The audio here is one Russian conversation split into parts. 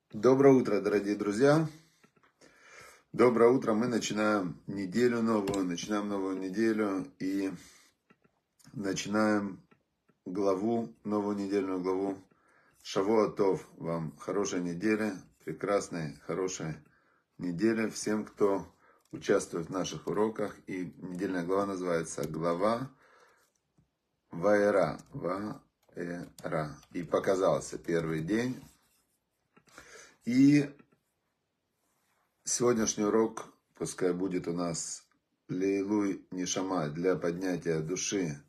Доброе утро, дорогие друзья. Доброе утро. Мы начинаем неделю новую, начинаем новую неделю и начинаем новую недельную главу. Шавуа Тов. Вам хорошей недели, прекрасной, хорошей недели всем, кто участвует в наших уроках. И недельная глава называется глава Ваера. Ваера. И показался первый день. И сегодняшний урок пускай будет у нас Лейлуй Нишама, для поднятия души,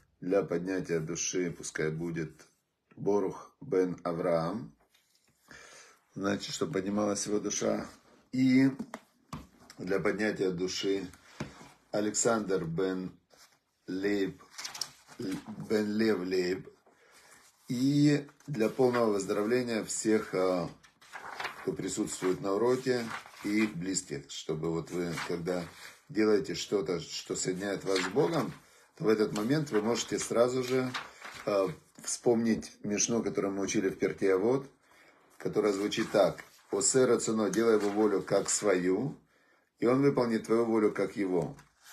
пускай будет Борух бен Авраам, значит, чтобы поднималась его душа, и для поднятия души Александр бен Лев Лейб, и для полного выздоровления всех, кто присутствует на уроке, и их близких, чтобы вот вы, когда делаете что-то, что соединяет вас с Богом, то в этот момент вы можете сразу же вспомнить мишну, которую мы учили в Перкей Авот, которая звучит так: «Осе рацуно, делай его волю как свою, и он выполнит твою волю как его».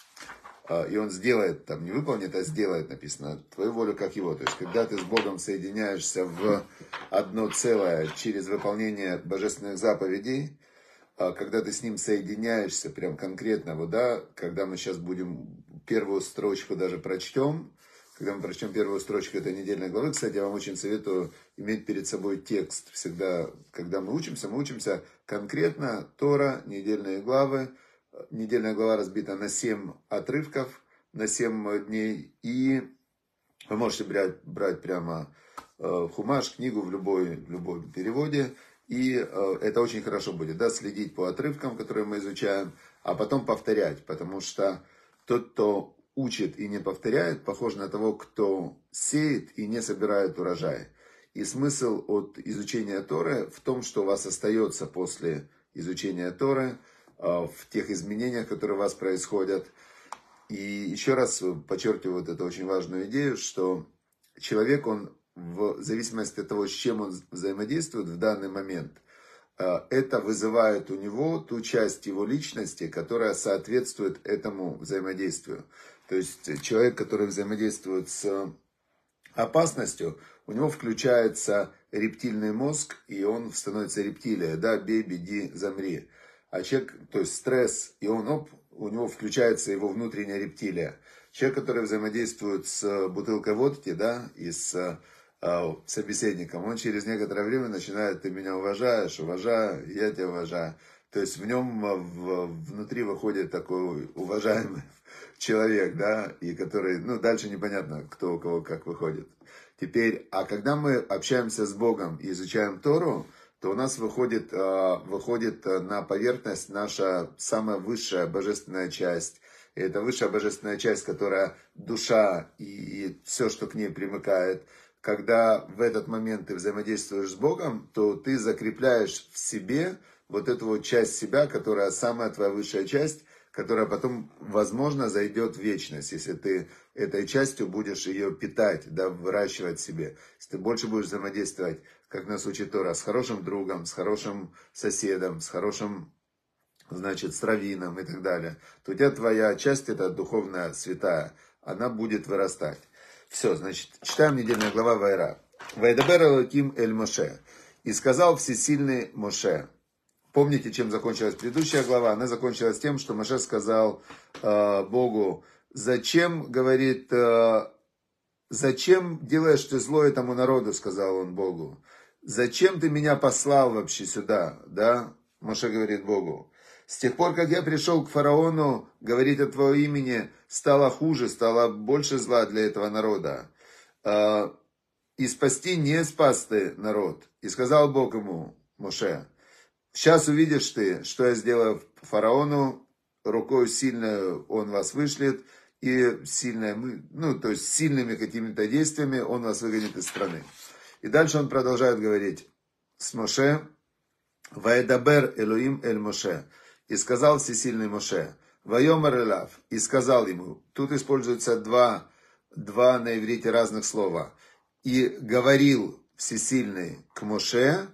И он сделает, там не выполнит, а сделает, написано, твою волю как его. То есть, когда ты с Богом соединяешься в одно целое через выполнение божественных заповедей, когда ты с ним соединяешься прям конкретно, вот, да, когда мы сейчас будем первую строчку даже прочтем, когда мы прочтем первую строчку этой недельной главы, кстати, я вам очень советую иметь перед собой текст всегда, когда мы учимся конкретно Тора, недельные главы. Недельная глава разбита на 7 отрывков, на 7 дней, и вы можете брать прямо хумаш, книгу в любом переводе, и это очень хорошо будет, да, следить по отрывкам, которые мы изучаем, а потом повторять, потому что тот, кто учит и не повторяет, похож на того, кто сеет и не собирает урожай. И смысл от изучения Торы в том, что у вас остается после изучения Торы, в тех изменениях, которые у вас происходят. И еще раз подчеркиваю вот эту очень важную идею, что человек, он в зависимости от того, с чем он взаимодействует в данный момент, это вызывает у него ту часть его личности, которая соответствует этому взаимодействию. То есть человек, который взаимодействует с опасностью, у него включается рептильный мозг, и он становится рептилией, да, бей, беги, замри. А человек, то есть стресс, и он, у него включается его внутренняя рептилия. Человек, который взаимодействует с бутылкой водки, да, и с собеседником, он через некоторое время начинает: ты меня уважаешь, уважаю, я тебя уважаю. То есть в нем внутри выходит такой уважаемый человек, да, и который, дальше непонятно, кто у кого как выходит. Теперь, а когда мы общаемся с Богом и изучаем Тору, то у нас выходит на поверхность наша самая высшая божественная часть. И это высшая божественная часть, которая душа и все, что к ней примыкает. Когда в этот момент ты взаимодействуешь с Богом, то ты закрепляешь в себе вот эту вот часть себя, которая самая твоя высшая часть, которая потом, возможно, зайдет в вечность, если ты этой частью будешь ее питать, да, выращивать в себе. Если ты больше будешь взаимодействовать, как нас учит Тора, с хорошим другом, с хорошим соседом, с хорошим, значит, с раввином и так далее, то у тебя твоя часть, эта духовная святая, она будет вырастать. Все, значит, читаем недельная глава Ваера. «Вайдабер Элоким эль Моше». «И сказал всесильный Моше». Помните, чем закончилась предыдущая глава? Она закончилась тем, что Моше сказал Богу: «Зачем, говорит, зачем делаешь ты зло этому народу?» Сказал он Богу. «Зачем ты меня послал вообще сюда?» Да? Моше говорит Богу: «С тех пор, как я пришел к фараону говорить о твоем имени, стало хуже, стало больше зла для этого народа. И спасти не спас ты народ». И сказал Бог ему, Моше: «Сейчас увидишь ты, что я сделаю фараону, рукой сильной он вас вышлет, и то есть сильными какими-то действиями он вас выгонит из страны». И дальше он продолжает говорить с Моше: «Ваэдабер Элоим эль Моше». И сказал всесильный Моше: «Вайомар элав». И сказал ему. Тут используются два на иврите разных слова. «И говорил всесильный к Моше»,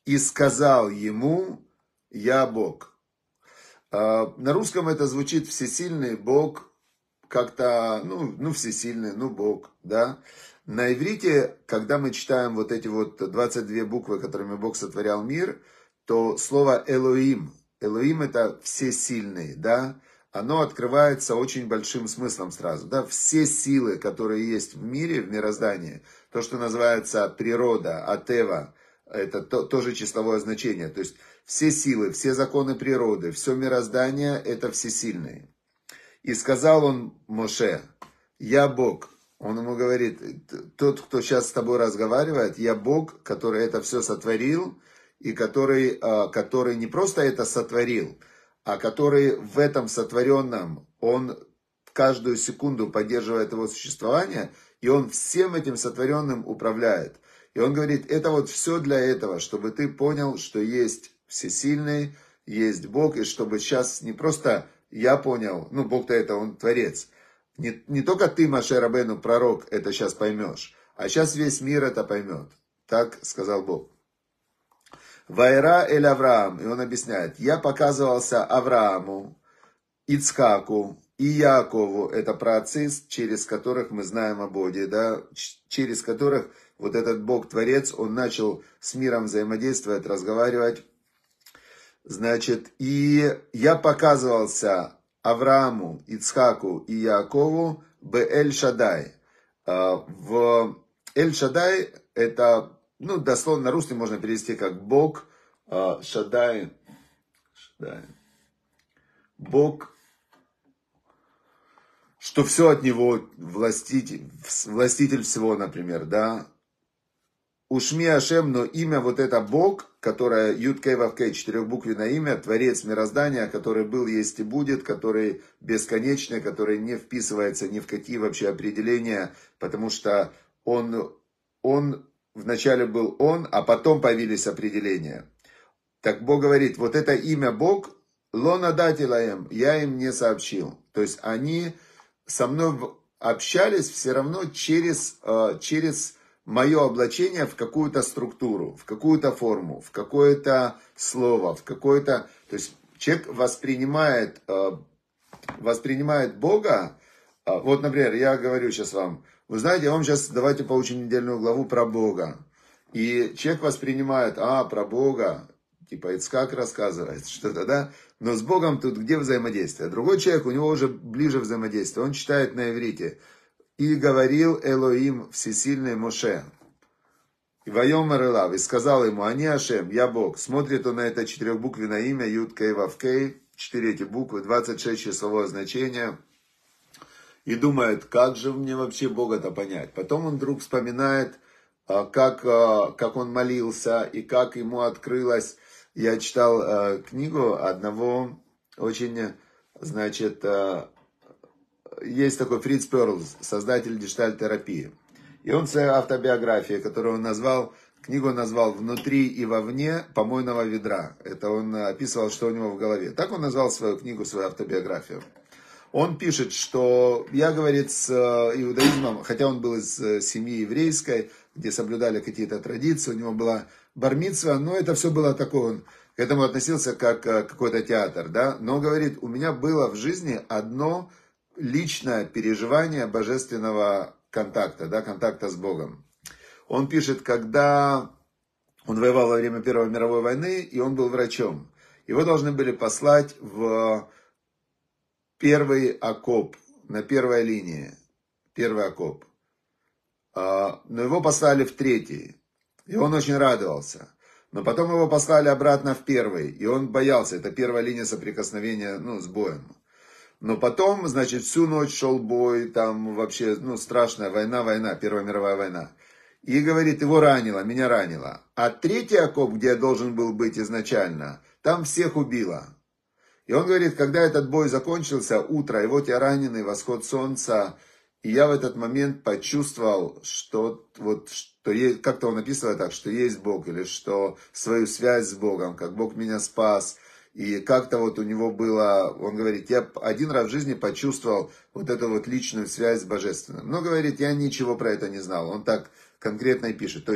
и сказал ему: «Я Бог». На русском это звучит «всесильный Бог», как-то, всесильный, Бог, да. На иврите, когда мы читаем вот эти вот 22 буквы, которыми Бог сотворял мир, то слово «Элоим», Элоим это «всесильный», да, оно открывается очень большим смыслом сразу, да, все силы, которые есть в мире, в мироздании, то, что называется природа, атева, это тоже числовое значение, то есть все силы, все законы природы, все мироздание это всесильный. И сказал он Моше: «Я Бог». Он ему говорит: тот, кто сейчас с тобой разговаривает, я Бог, который это все сотворил, и который не просто это сотворил, а который в этом сотворенном, он каждую секунду поддерживает его существование, и он всем этим сотворенным управляет. И он говорит: это вот все для этого, чтобы ты понял, что есть всесильный, есть Бог, и чтобы сейчас не просто я понял, Бог-то это, он творец. Не только ты, Моше Рабейну, пророк, это сейчас поймешь, а сейчас весь мир это поймет. Так сказал Бог. Вайра эль Авраам, и он объясняет: я показывался Аврааму, Ицхаку и Якову, это праотцы, через которых мы знаем о Боге, да, через которых вот этот Бог-творец, он начал с миром взаимодействовать, разговаривать. Значит, и я показывался Аврааму, Ицхаку и Якову в Эль-Шадай. В Эль-Шадай это, дословно на русский можно перевести как Бог, Шадай, Бог, что все от него, властитель всего, например, да. Ушми Ашем, но имя вот это Бог, которое Юд Кей Вав Кей, четырехбуквенное имя, Творец мироздания, который был, есть и будет, который бесконечный, который не вписывается ни в какие вообще определения, потому что он вначале был он, а потом появились определения. Так Бог говорит: вот это имя Бог, Лона датилаем, я им не сообщил. То есть они со мной общались все равно через мое облачение в какую-то структуру, в какую-то форму, в какое-то слово, в какое-то... То есть человек воспринимает Бога. Вот, например, я говорю сейчас вам: вы знаете, вам сейчас давайте поучим недельную главу про Бога. И человек воспринимает: про Бога, типа Ицхак рассказывает что-то, да? Но с Богом тут где взаимодействие? Другой человек, у него уже ближе взаимодействие. Он читает на иврите: «И говорил Элоим, всесильный Моше, и вайомар элав, и сказал ему: Ани Ашем, я Бог». Смотрит он на это четырехбуквенное имя, Юд Кей Вав Кей, 4 эти буквы, 26 числовое значение, и думает: как же мне вообще Бога-то понять? Потом он вдруг вспоминает, как он молился, и как ему открылось. Я читал книгу одного очень, есть такой Фриц Перлс, создатель гештальт-терапии. И он в своей автобиографии, которую он назвал, книгу назвал «Внутри и вовне помойного ведра». Это он описывал, что у него в голове. Так он назвал свою книгу, свою автобиографию. Он пишет, что я, говорит, с иудаизмом, хотя он был из семьи еврейской, где соблюдали какие-то традиции, у него была бар-мицва, но это все было такое, он к этому относился как какой-то театр, да. Но, говорит, у меня было в жизни одно личное переживание божественного контакта, да, контакта с Богом. Он пишет, когда он воевал во время Первой мировой войны, и он был врачом. Его должны были послать в первый окоп, на первой линии, первый окоп. Но его послали в третий, и он очень радовался. Но потом его послали обратно в первый, и он боялся, это первая линия соприкосновения, с боем. Но потом, значит, всю ночь шел бой, там вообще, страшная война, Первая мировая война. И, говорит, его ранило, меня ранило. А третий окоп, где я должен был быть изначально, там всех убило. И он говорит, когда этот бой закончился, утро, и вот я раненый, восход солнца, и я в этот момент почувствовал, что как-то он описывает так, что есть Бог, или что свою связь с Богом, как Бог меня спас. И как-то вот у него было, он говорит, я один раз в жизни почувствовал вот эту вот личную связь с Божественным. Но, говорит, я ничего про это не знал. Он так конкретно и пишет. То есть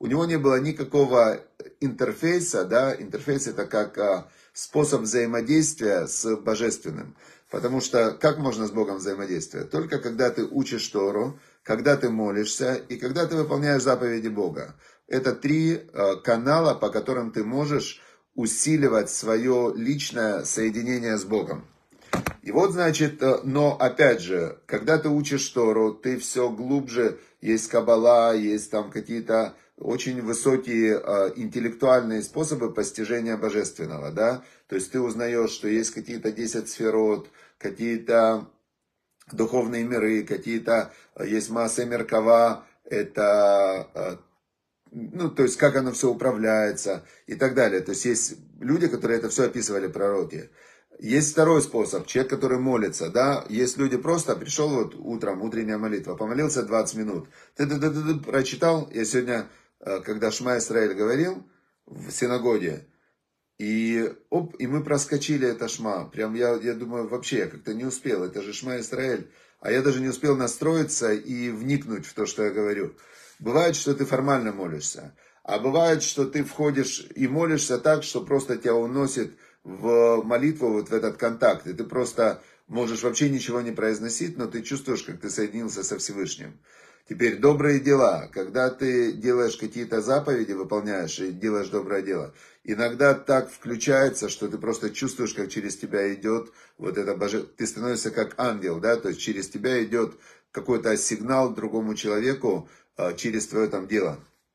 у него не было никакого интерфейса, да, интерфейс это как способ взаимодействия с Божественным. Потому что как можно с Богом взаимодействовать? Только когда ты учишь Тору, когда ты молишься и когда ты выполняешь заповеди Бога. Это три канала, по которым ты можешь усиливать свое личное соединение с Богом. И вот, значит, но опять же, когда ты учишь Тору, ты все глубже, есть каббала, есть там какие-то очень высокие интеллектуальные способы постижения божественного, да, то есть ты узнаешь, что есть какие-то 10 сферот, какие-то духовные миры, какие-то, есть масса Меркава, это, ну, то есть как оно все управляется и так далее, то есть есть люди, которые это все описывали, пророки. Есть второй способ, человек, который молится, да, есть люди просто, пришел вот утром, утренняя молитва, помолился 20 минут, ты прочитал, я сегодня, когда Шма Исраэль говорил в синагоге, и мы проскочили это Шма, прям я думаю, вообще я как-то не успел, это же Шма Исраэль, а я даже не успел настроиться и вникнуть в то, что я говорю. Бывает, что ты формально молишься, а бывает, что ты входишь и молишься так, что просто тебя уносит в молитву, вот в этот контакт, и ты просто можешь вообще ничего не произносить, но ты чувствуешь, как ты соединился со Всевышним. Теперь добрые дела, когда ты делаешь какие-то заповеди, выполняешь и делаешь доброе дело, иногда так включается, что ты просто чувствуешь, как через тебя идет вот это ты становишься как ангел, да, то есть через тебя идет какой-то сигнал другому человеку через твое там дело.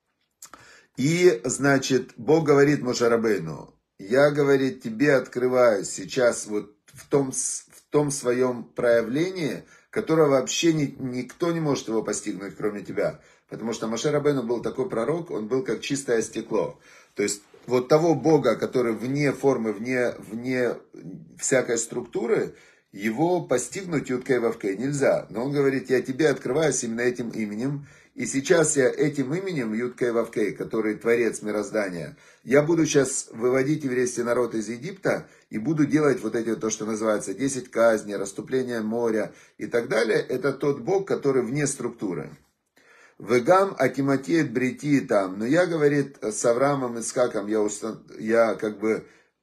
И, значит, Бог говорит Моше Рабейну, я, говорит, тебе открываю сейчас вот в том своем проявлении, которое вообще никто не может его постигнуть, кроме тебя. Потому что Моше Рабейну был такой пророк, он был как чистое стекло. То есть вот того Бога, который вне формы, вне всякой структуры, его постигнуть Юд-Кей Вав-Кей нельзя. Но он говорит, я тебе открываюсь именно этим именем. И сейчас я этим именем, Юд-Кей Вав-Кей, который творец мироздания, я буду сейчас выводить еврейский народ из Египта и буду делать вот эти, то, что называется, 10 казней, расступление моря и так далее. Это тот Бог, который вне структуры. Вегам акиматиет брити там. Но я, говорит, с Авраамом и Ицхаком я как бы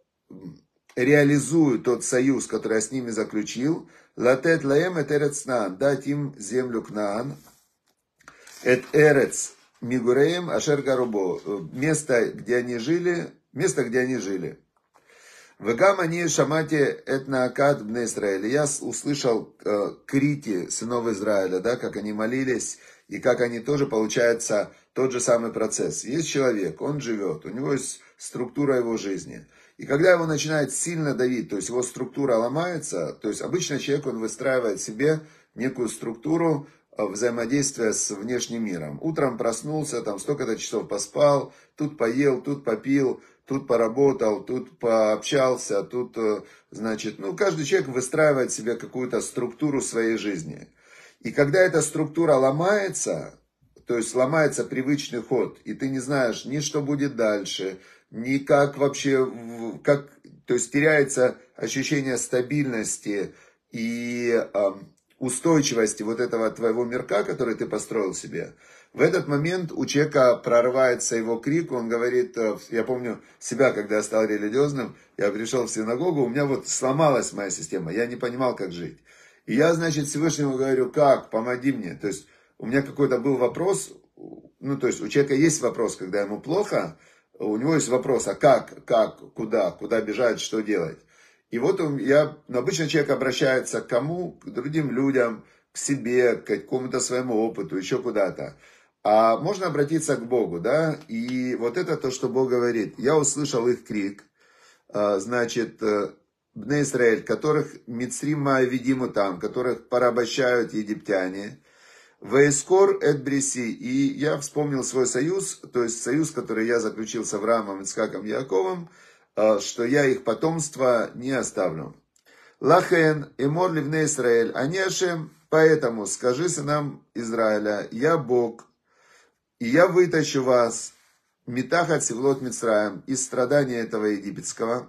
реализую тот союз, который я с ними заключил. Латет лаем эт эрец Кнаан. Дать им землю Кнаан. Эт эрец мигуреем ашер гарубо. Место, где они жили. Вегам они шамати эт наакад бне Исраэля. Я услышал крики сынов Израиля, да, как они молились. И как они тоже, получается, тот же самый процесс. Есть человек, он живет, у него есть структура его жизни. И когда его начинает сильно давить, то есть его структура ломается, то есть обычно человек, он выстраивает себе некую структуру взаимодействия с внешним миром. Утром проснулся, там столько-то часов поспал, тут поел, тут попил, тут поработал, тут пообщался, тут, значит, каждый человек выстраивает себе какую-то структуру своей жизни. И когда эта структура ломается, то есть ломается привычный ход, и ты не знаешь ни что будет дальше, ни как вообще, то есть теряется ощущение стабильности и устойчивости вот этого твоего мирка, который ты построил себе. В этот момент у человека прорывается его крик, он говорит, я помню себя, когда я стал религиозным, я пришел в синагогу, у меня вот сломалась моя система, я не понимал, как жить. И я, значит, Всевышнему говорю, как, помоги мне. То есть у меня какой-то был вопрос, то есть у человека есть вопрос, когда ему плохо, у него есть вопрос, а как, куда бежать, что делать. И вот обычно человек обращается к кому? К другим людям, к себе, к какому-то своему опыту, еще куда-то. А можно обратиться к Богу, да? И вот это то, что Бог говорит. Я услышал их крик, значит, Бне Исраэль, которых Мицрима видимо там, которых порабощают египтяне. Вейскор эт бриси. И я вспомнил свой союз, то есть союз, который я заключил с Авраамом, Ицхаком, Яаковом, что я их потомство не оставлю. Лахен эмор ливне Исраэль, они Ашем, поэтому скажи сынам Израиля, я Бог, и я вытащу вас, митахат севлот Мицраем, из страдания этого египетского.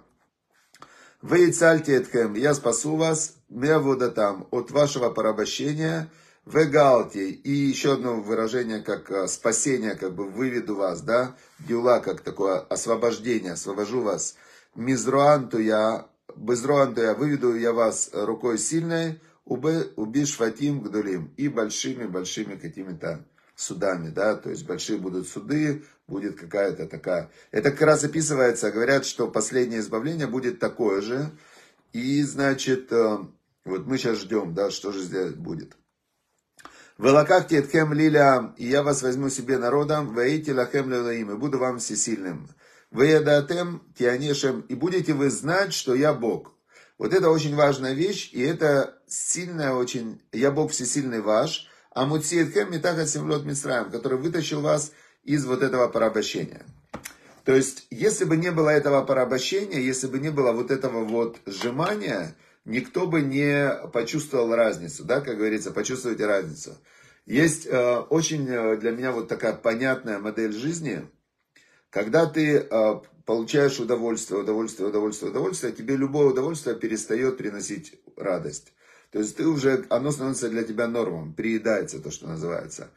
Вы цальте этхем, я спасу вас, меаводатам, от вашего порабощения, Вегалти. И еще одно выражение, как спасение, как бы выведу вас, да. Гюла, как такое освобождение, освобожу вас. Мизруанту я, безруанту я, выведу я вас рукой сильной, убишь фатим гдулим. И большими-большими какими-то судами, да. То есть большие будут суды, будет какая-то такая. Это как раз описывается, говорят, что последнее избавление будет такое же. И, значит, вот мы сейчас ждем, да, что же здесь будет. «Велакахти этхем лиля, и я вас возьму себе народом, ваити лахем лилаим, и буду вам всесильным. Веядатем тианешем, и будете вы знать, что я Бог». Вот это очень важная вещь, и это сильная очень, я Бог всесильный ваш, а мутси этхем митахат семлот мицраим, который вытащил вас из вот этого порабощения. То есть, если бы не было этого порабощения, если бы не было вот этого вот сжимания, никто бы не почувствовал разницу, да, как говорится, почувствуйте разницу. Есть очень для меня вот такая понятная модель жизни, когда ты получаешь удовольствие, тебе любое удовольствие перестает приносить радость. То есть ты уже, оно становится для тебя нормом, приедается то, что называется.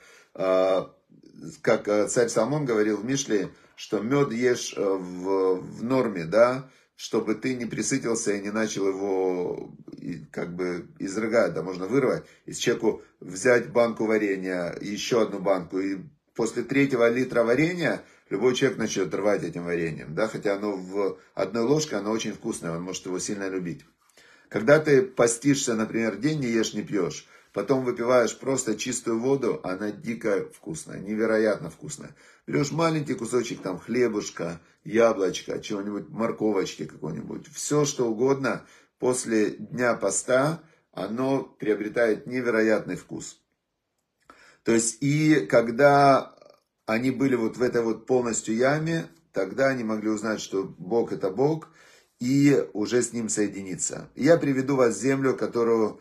Как царь Соломон говорил в Мишле, что мед ешь в норме, да, чтобы ты не присытился и не начал его как бы изрыгать, да, можно вырвать, из человеку взять банку варенья, еще одну банку, и после 3-го литра варенья любой человек начнет рвать этим вареньем, да, хотя оно в одной ложке, оно очень вкусное, он может его сильно любить. Когда ты постишься, например, день, не ешь, не пьешь, потом выпиваешь просто чистую воду, она дико вкусная, невероятно вкусная. Берешь маленький кусочек там хлебушка, яблочка, чего-нибудь, морковочки какой-нибудь, все что угодно, после дня поста оно приобретает невероятный вкус. То есть, и когда они были вот в этой вот полностью яме, тогда они могли узнать, что Бог это Бог, и уже с ним соединиться. Я приведу вас в землю, которую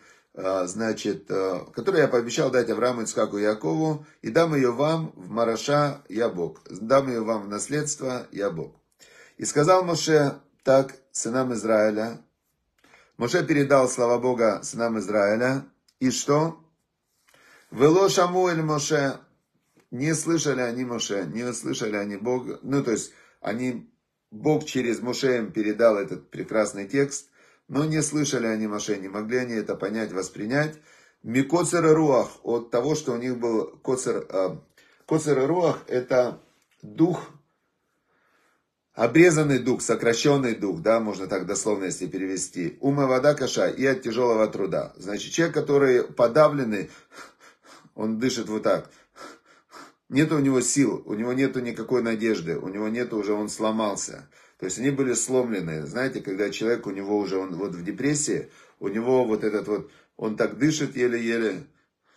я пообещал дать Аврааму, Ицхаку и Якову, и дам ее вам в Мараша, я Бог. Дам ее вам в наследство, я Бог. И сказал Моше так сынам Израиля. Моше передал слова Бога сынам Израиля. И что? Вело Шамуэль Моше. Не слышали они Моше, не слышали они Бога. Ну, то есть, Бог через Моше им передал этот прекрасный текст, но не слышали они Моше, не могли они это понять, воспринять. Микоцер и руах, от того, что у них был коцер и руах, это дух, обрезанный дух, сокращенный дух, да, можно так дословно если перевести. Ума вода каша и от тяжелого труда. Значит, человек, который подавленный, он дышит вот так. Нет у него сил, у него нету никакой надежды, у него нету уже, он сломался. То есть они были сломлены. Знаете, когда человек, у него уже, он вот в депрессии, у него вот этот вот, он так дышит еле-еле.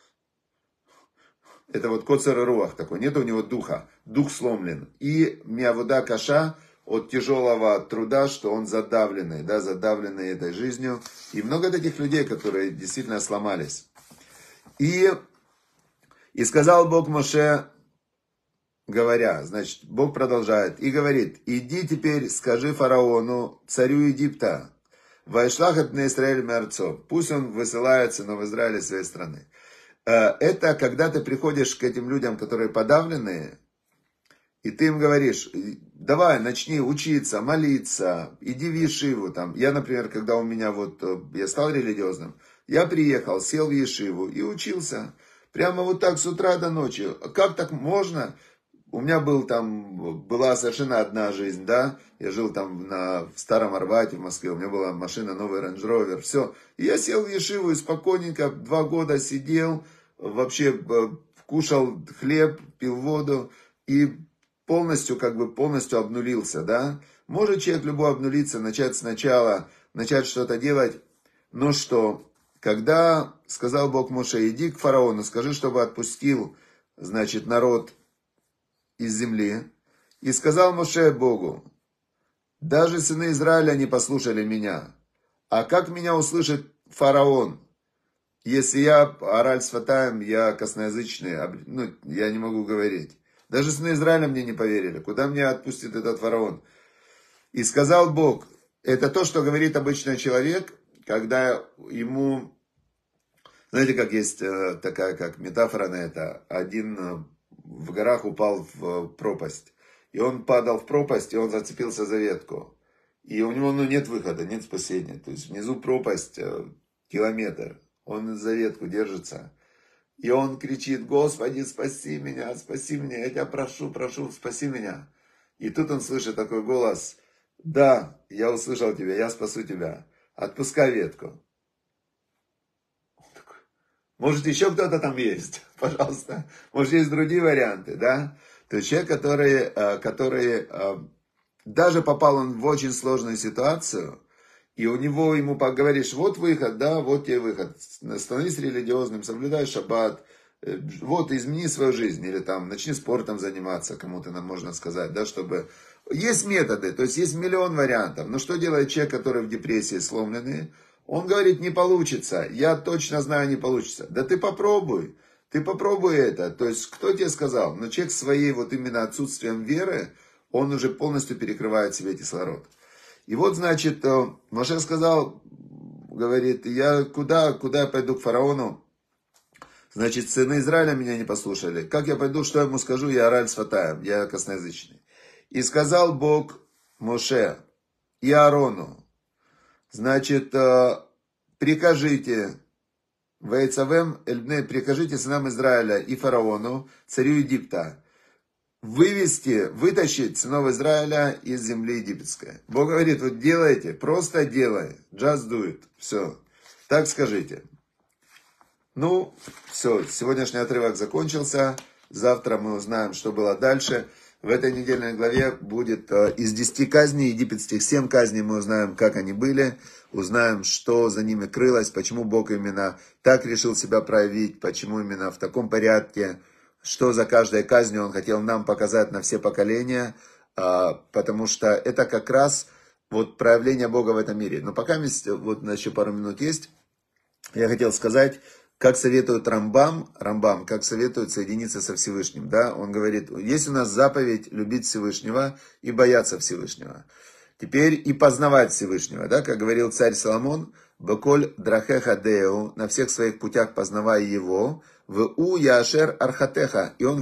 Это вот коцер и руах такой, нет у него духа, дух сломлен. И миавуда каша от тяжелого труда, что он задавленный, да, задавленный этой жизнью. И много таких людей, которые действительно сломались. И сказал Бог Моше, говоря, значит, Бог продолжает и говорит, иди теперь, скажи фараону, царю Египта, вайшлахат на Израиль мерцо, пусть он высылает сынов Израиля своей страны. Это когда ты приходишь к этим людям, которые подавленные, и ты им говоришь, давай, начни учиться, молиться, иди в ешиву. Там. Я, например, когда у меня вот, я стал религиозным, я приехал, сел в ешиву и учился. Прямо вот так с утра до ночи. Как так можно? У меня была совершенно одна жизнь, да. Я жил там в Старом Арбате в Москве. У меня была машина, новый Range Rover, все. И я сел в ешиву и спокойненько 2 года сидел, вообще кушал хлеб, пил воду и полностью обнулился, да. Может человек любой обнулиться, начать сначала, начать что-то делать, но что? Когда сказал Бог Моше, иди к фараону, скажи, чтобы отпустил, значит, народ из земли. И сказал Моше Богу, даже сыны Израиля не послушали меня. А как меня услышит фараон, если я ораль сватаем, я косноязычный, ну, я не могу говорить. Даже сыны Израиля мне не поверили. Куда меня отпустит этот фараон? И сказал Бог, это то, что говорит обычный человек, когда ему Знаете, как есть такая, как метафора на это. Один в горах упал в пропасть. И он падал в пропасть, и он зацепился за ветку. И у него нет выхода, нет спасения. То есть внизу пропасть километр. Он за ветку держится. И он кричит: Господи, спаси меня, я тебя прошу, прошу, спаси меня. И тут он слышит такой голос: да, я услышал тебя, я спасу тебя. Отпускай ветку. Может, еще кто-то там есть? Пожалуйста. Может, есть другие варианты, да? То есть человек, который даже попал он в очень сложную ситуацию, и ему говоришь: вот выход, да, вот тебе выход. Становись религиозным, соблюдай шаббат, вот измени свою жизнь, или там начни спортом заниматься, кому-то нам можно сказать, да, чтобы... Есть методы, то есть есть миллион вариантов. Но что делает человек, который в депрессии сломленный? Он говорит: не получится, я точно знаю, не получится. Да ты попробуй это. То есть кто тебе сказал? Но человек своей вот именно отсутствием веры, он уже полностью перекрывает себе кислород. И вот, значит, Моше сказал, говорит: я куда я пойду к фараону? Значит, сыны Израиля меня не послушали. Как я пойду, что я ему скажу? Я ораль сватаем, я косноязычный. И сказал Бог Моше и Аарону: значит, прикажите прикажите сынам Израиля и фараону, царю Египта, вытащить сынов Израиля из земли египетской. Бог говорит: вот делайте, просто делай, just do it, все, так скажите. Ну, все, сегодняшний отрывок закончился, завтра мы узнаем, что было дальше. В этой недельной главе будет из 10 казней египетских 7 казней, мы узнаем, как они были, узнаем, что за ними крылось, почему Бог именно так решил себя проявить, почему именно в таком порядке, что за каждой казнью Он хотел нам показать на все поколения, потому что это как раз вот проявление Бога в этом мире. Но пока вот еще пару минут есть, я хотел сказать, как советует Рамбам, как советует соединиться со Всевышним. Да? Он говорит: есть у нас заповедь любить Всевышнего и бояться Всевышнего. Теперь и познавать Всевышнего. Да? Как говорил царь Соломон: «Баколь драхеха деу», на всех своих путях познавай его, в у яшер архатеха, и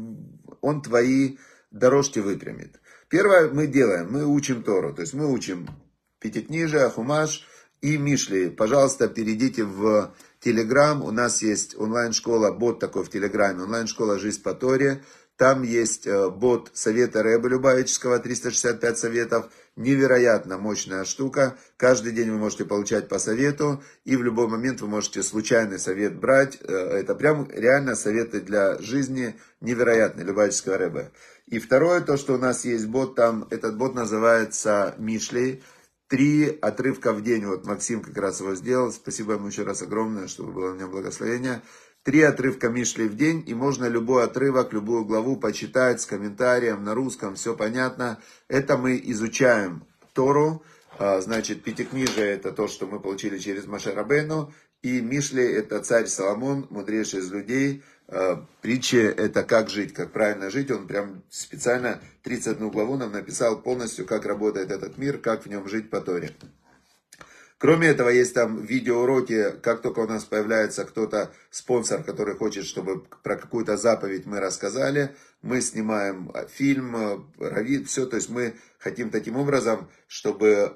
он твои дорожки выпрямит. Первое мы делаем, мы учим Тору, то есть мы учим Пятикнижие, Хумаш и Мишли. Пожалуйста, перейдите в Телеграм, у нас есть онлайн-школа, бот такой в Телеграме, онлайн-школа «Жизнь по Торе». Там есть бот совета Рэба Любавического, 365 советов. Невероятно мощная штука. Каждый день вы можете получать по совету. И в любой момент вы можете случайный совет брать. Это прям реально советы для жизни невероятные Любавического Рэба. И второе, то, что у нас есть бот там, этот бот называется Мишли. 3 отрывка в день. Вот Максим как раз его сделал. Спасибо ему еще раз огромное, чтобы было у меня благословение. 3 отрывка Мишли в день, и можно любой отрывок, любую главу почитать с комментарием на русском, все понятно. Это мы изучаем Тору, значит, Пятикнижие — это то, что мы получили через Моше Рабейну, и Мишли — это царь Соломон, мудрейший из людей. Притчи — это как жить, как правильно жить. Он прям специально 31 главу нам написал полностью, как работает этот мир, как в нем жить по Торе. Кроме этого, есть там видеоуроки, как только у нас появляется кто-то, спонсор, который хочет, чтобы про какую-то заповедь мы рассказали, мы снимаем фильм, все, то есть мы хотим таким образом, чтобы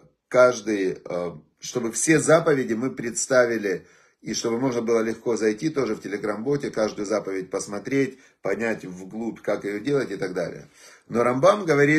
чтобы все заповеди мы представили, и чтобы можно было легко зайти тоже в Телеграм-боте, каждую заповедь посмотреть, понять вглубь, как ее делать и так далее. Но Рамбам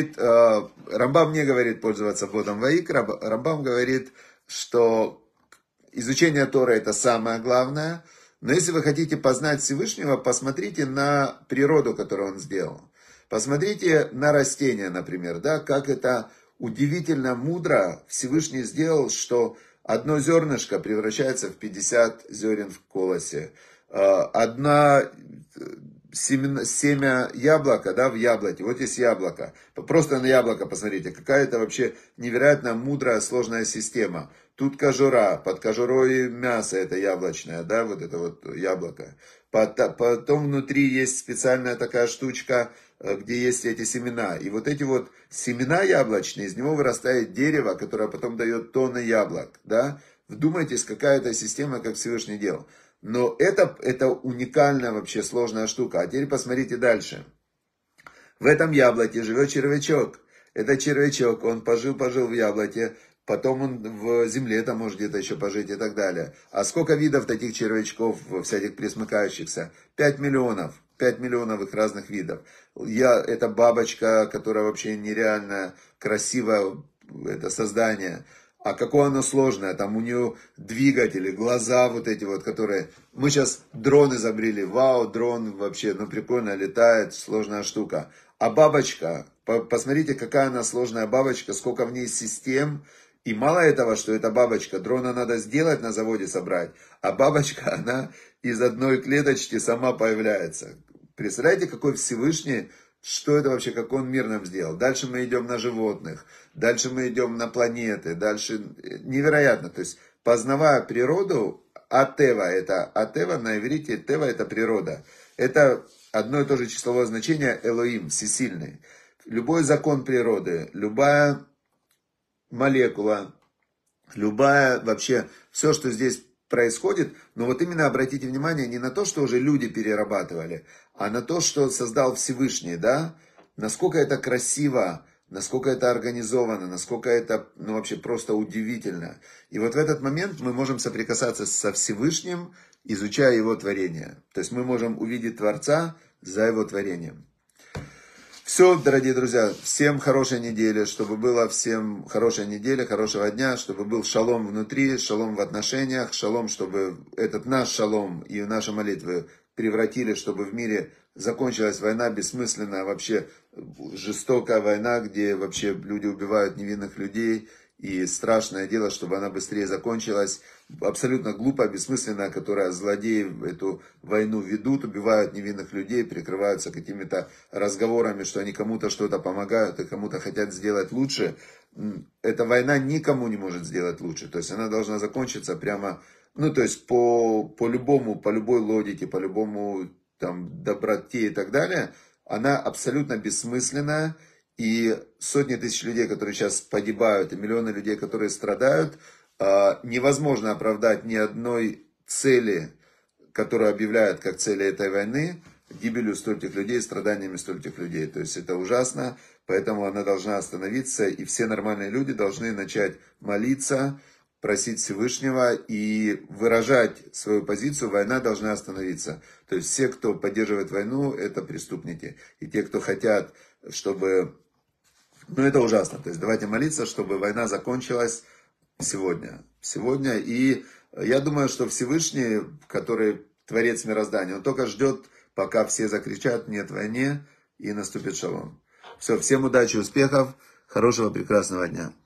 не говорит пользоваться ботом Ваикра, Рамбам говорит, что изучение Торы — это самое главное. Но если вы хотите познать Всевышнего, посмотрите на природу, которую Он сделал. Посмотрите на растения, например, да, как это удивительно мудро Всевышний сделал, что одно зернышко превращается в 50 зерен в колосе. Семя яблока, да, в яблоке. Вот есть яблоко. Просто на яблоко посмотрите. Какая-то вообще невероятно мудрая, сложная система. Тут кожура, под кожурой мясо это яблочное, да, вот это вот яблоко. Потом внутри есть специальная такая штучка, где есть эти семена. И вот эти вот семена яблочные, из него вырастает дерево, которое потом дает тонны яблок, да. Вдумайтесь, какая это система, как Всевышний делал. Но это уникальная вообще сложная штука. А теперь посмотрите дальше. В этом яблоке живет червячок. Это червячок, он пожил в яблоке, потом он в земле там может где-то еще пожить и так далее. А сколько видов таких червячков, всяких пресмыкающихся? 5 миллионов. 5 миллионов их разных видов. Это бабочка, которая вообще нереально красивая, это создание. А какое оно сложное, там у нее двигатели, глаза вот эти вот, которые... Мы сейчас дрон изобрели, вау, дрон вообще, ну прикольно, летает, сложная штука. А бабочка, посмотрите, какая она сложная бабочка, сколько в ней систем. И мало этого, что это бабочка, дрона надо сделать, на заводе собрать. А бабочка, она из одной клеточки сама появляется. Представляете, какой Всевышний, что это вообще, как он мир нам сделал. Дальше мы идем на животных, дальше мы идем на планеты, дальше невероятно. То есть, познавая природу, атева на иврите, тева это природа. Это одно и то же числовое значение Элоим, всесильный. Любой закон природы, любая молекула, любая вообще, все, что здесь происходит, но вот именно обратите внимание не на то, что уже люди перерабатывали, а на то, что создал Всевышний, да, насколько это красиво, насколько это организовано, насколько это, ну, вообще просто удивительно. И вот в этот момент мы можем соприкасаться со Всевышним, изучая его творение. То есть мы можем увидеть Творца за его творением. Все, дорогие друзья, всем хорошей недели, чтобы было всем хорошая неделя, хорошего дня, чтобы был шалом внутри, шалом в отношениях, шалом, чтобы этот наш шалом и наши молитвы превратили, чтобы в мире закончилась война бессмысленная, вообще жестокая война, где вообще люди убивают невинных людей. И страшное дело, чтобы она быстрее закончилась. Абсолютно глупая, бессмысленная, которая злодеи эту войну ведут, убивают невинных людей, прикрываются какими-то разговорами, что они кому-то что-то помогают и кому-то хотят сделать лучше. Эта война никому не может сделать лучше. То есть она должна закончиться прямо, ну то есть по любой логике, по любому там доброте и так далее. Она абсолютно бессмысленная. И сотни тысяч людей, которые сейчас погибают, и миллионы людей, которые страдают, невозможно оправдать ни одной цели, которую объявляют как цели этой войны, гибелью стольких людей, страданиями стольких людей. То есть это ужасно, поэтому она должна остановиться, и все нормальные люди должны начать молиться, просить Всевышнего и выражать свою позицию, война должна остановиться. То есть все, кто поддерживает войну, это преступники. И те, кто хотят, чтобы... Ну, это ужасно. То есть давайте молиться, чтобы война закончилась сегодня. Сегодня. И я думаю, что Всевышний, который творец мироздания, он только ждет, пока все закричат «нет войне» и наступит шалом. Все, всем удачи, успехов, хорошего, прекрасного дня.